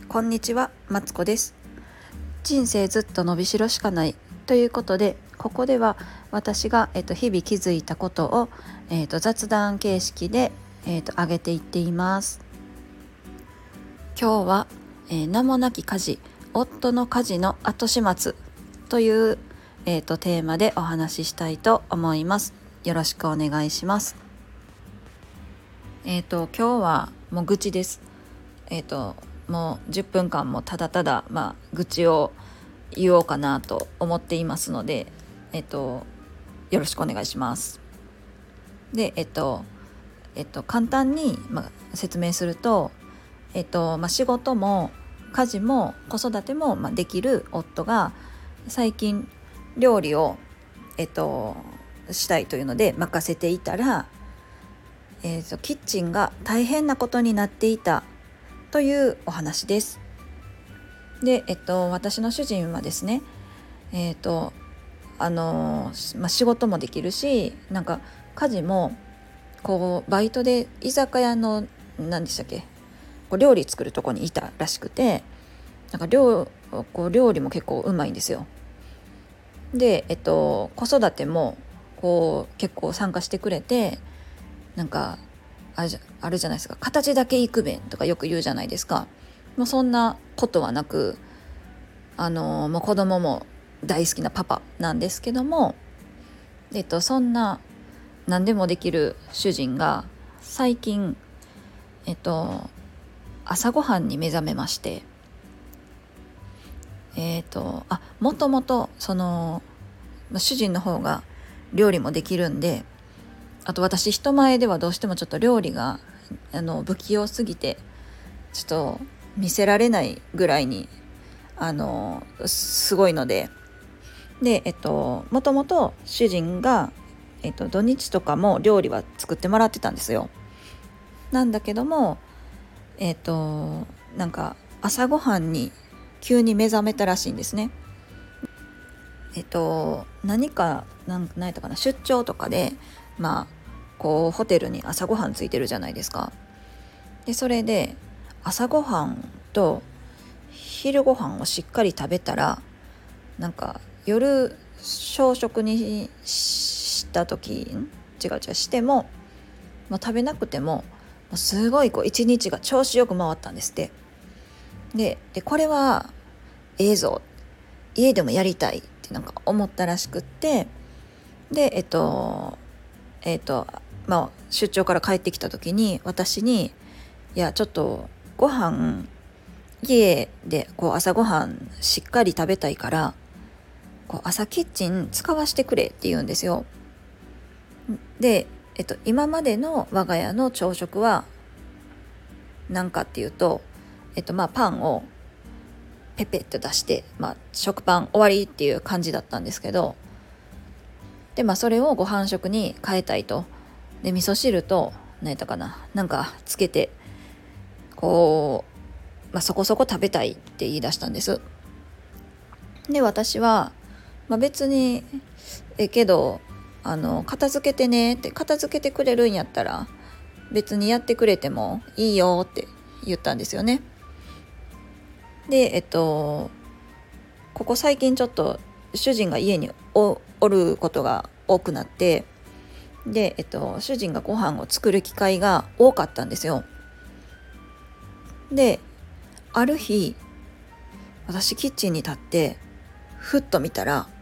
こんにちは、マツコです。人生ずっと伸びしろしかないということで、ここでは私が、日々気づいたことを、雑談形式で、上げていっています。今日は、名もなき家事、夫の家事の後始末という、テーマでお話ししたいと思います。よろしくお願いします。今日はもう愚痴です。もう10分間もただただ、愚痴を言おうかなと思っていますので、よろしくお願いします。で、簡単に、説明すると、仕事も家事も子育ても、できる夫が最近料理を、したいというので任せていたら、キッチンが大変なことになっていたというお話です。で、私の主人はですね、仕事もできるし、家事もバイトで居酒屋の何でしたっけ、料理作るとこにいたらしくて、料理も結構うまいんですよ。で、子育ても結構参加してくれて、あるじゃないですか、形だけ行くべんとかよく言うじゃないですか。もうそんなことはなく、もう子供も大好きなパパなんですけども、そんな何でもできる主人が最近、朝ごはんに目覚めまして、もともと主人の方が料理もできるんで、あと私人前ではどうしてもちょっと料理が不器用すぎてちょっと見せられないぐらいにすごいので、もともと主人が、土日とかも料理は作ってもらってたんですよ。なんだけども、朝ごはんに急に目覚めたらしいんですね。何やったかな、出張とかでホテルに朝ごはんついてるじゃないですか。でそれで朝ごはんと昼ごはんをしっかり食べたら、夜小食にした時しても、食べなくてもすごい一日が調子よく回ったんですって。でこれはぞ家でもやりたいって思ったらしくって、で出張から帰ってきた時に私に、いやちょっとご飯家で朝ごはんしっかり食べたいから朝キッチン使わせてくれって言うんですよ。で、今までの我が家の朝食は何かっていうと、パンをペペッと出して、食パン終わりっていう感じだったんですけど、でそれをご飯食に変えたいと。で味噌汁と何やったかな、つけてそこそこ食べたいって言い出したんです。で私は、別にけど片付けてねって、片付けてくれるんやったら別にやってくれてもいいよって言ったんですよね。でここ最近ちょっと主人が家におることが多くなって、で主人がご飯を作る機会が多かったんですよ。である日私キッチンに立ってふっと見たら、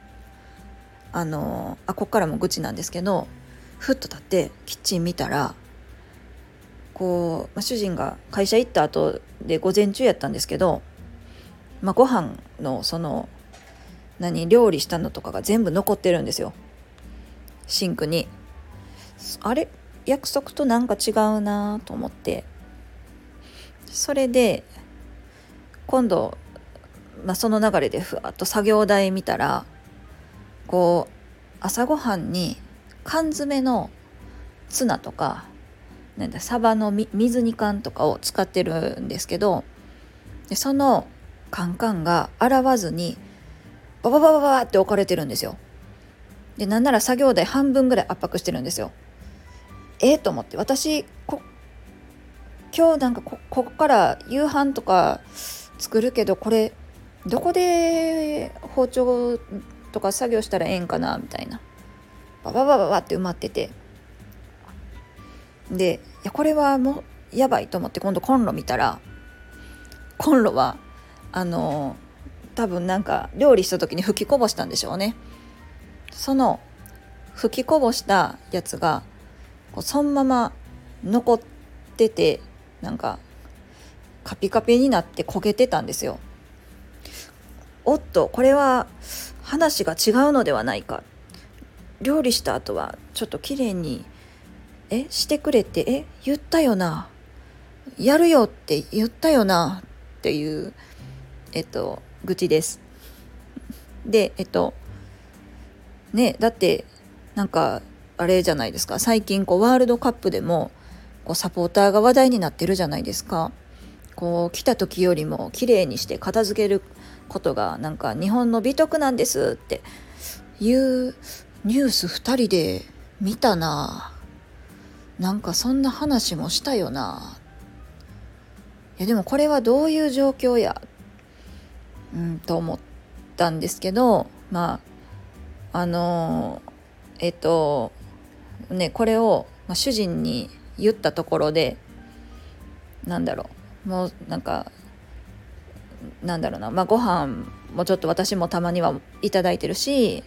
こっからも愚痴なんですけど、ふっと立ってキッチン見たら主人が会社行った後で午前中やったんですけど、ご飯の料理したのとかが全部残ってるんですよ、シンクに。あれ、約束と違うなと思って、それで今度、その流れでふわっと作業台見たら、朝ごはんに缶詰のツナとかサバの水煮缶とかを使ってるんですけど、でそのカンカンが洗わずにバババババって置かれてるんですよ。でなんなら作業台半分ぐらい圧迫してるんですよ。と思って、私今日ここから夕飯とか作るけどこれどこで包丁とか作業したらええんかなみたいな、バババババって埋まってて、でいやこれはもうやばいと思って今度コンロ見たら、コンロは多分なんか料理した時に吹きこぼしたんでしょうね。その吹きこぼしたやつがこうそのまま残ってて、なんかカピカピになって焦げてたんですよ。おっとこれは話が違うのではないか、料理した後はちょっときれいにしてくれって言ったよな、やるよって言ったよなっていう愚痴です。でね、だってなんかあれじゃないですか、最近こうワールドカップでもこうサポーターが話題になってるじゃないですか。こう来た時よりも綺麗にして片付けることがなんか日本の美徳なんですっていうニュース2人で見たな。なんかそんな話もしたよな。いやでもこれはどういう状況やと思ったんですけど、まあこれを、主人に言ったところでもうなんかご飯もちょっと私もたまにはいただいてるし、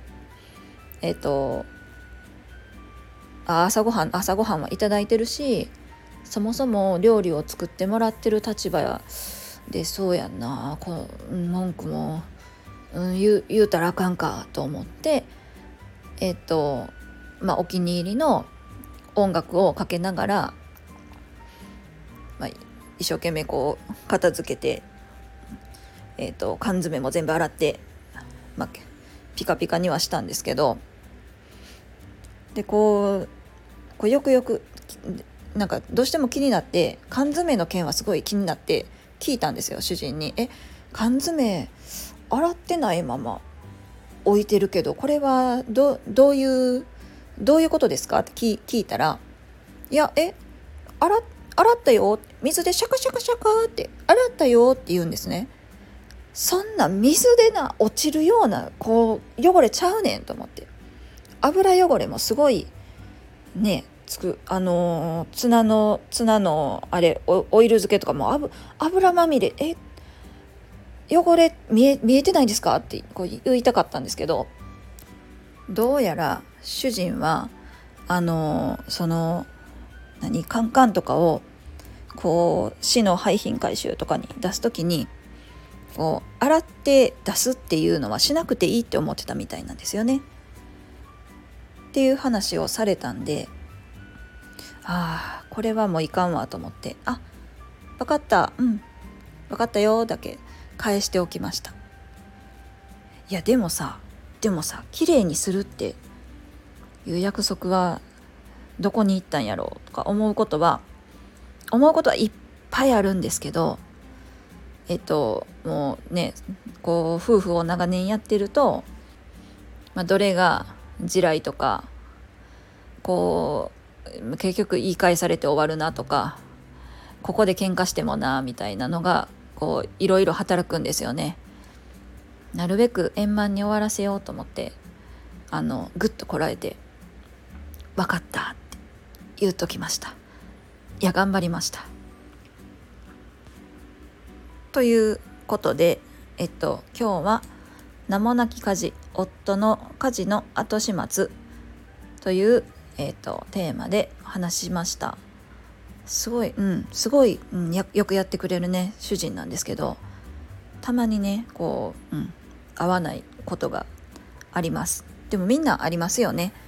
朝ごはんはいただいてるし、そもそも料理を作ってもらってる立場で、そうやんな、文句も、言うたらあかんかと思って、お気に入りの音楽をかけながら、一生懸命こう片付けて、缶詰も全部洗って、ピカピカにはしたんですけど、でこうよくよくなんかどうしても気になって、缶詰の件はすごい気になって聞いたんですよ、主人に。缶詰洗ってないまま置いてるけど、これはどういうことですかって聞いたら、いや洗ったよ、水でシャカシャカシャカって洗ったよって言うんですね。そんな水で落ちるようなこう汚れちゃうねんと思って、油汚れもすごいねツナのあれオイル漬けとかも油まみれ、汚れ見えてないんですかってこう言いたかったんですけど、どうやら主人はそのカンカンとかをこう市の廃品回収とかに出すときにこう洗って出すっていうのはしなくていいって思ってたみたいなんですよね。っていう話をされたんで、これはもういかんわと思って、分かった、分かったよだけ返しておきました。いやでもさ綺麗にするっていう約束はどこに行ったんやろうとか思うことはいっぱいあるんですけど、もうねこう夫婦を長年やってると、どれが地雷とかこう結局言い返されて終わるなとか、ここで喧嘩してもなみたいなのがこういろいろ働くんですよね。なるべく円満に終わらせようと思ってぐっとこらえて、分かったって言っときました。いや頑張りましたということで、今日は名もなき家事、夫の家事の後始末という、テーマで話しました。すごい、よくやってくれるね主人なんですけど、たまにねこう、合わないことがあります。でもみんなありますよね。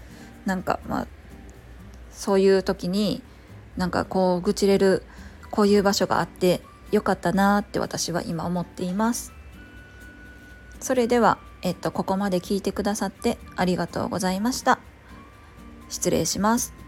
そういう時にこう愚痴れるこういう場所があってよかったなって私は今思っています。それでは、ここまで聞いてくださってありがとうございました。失礼します。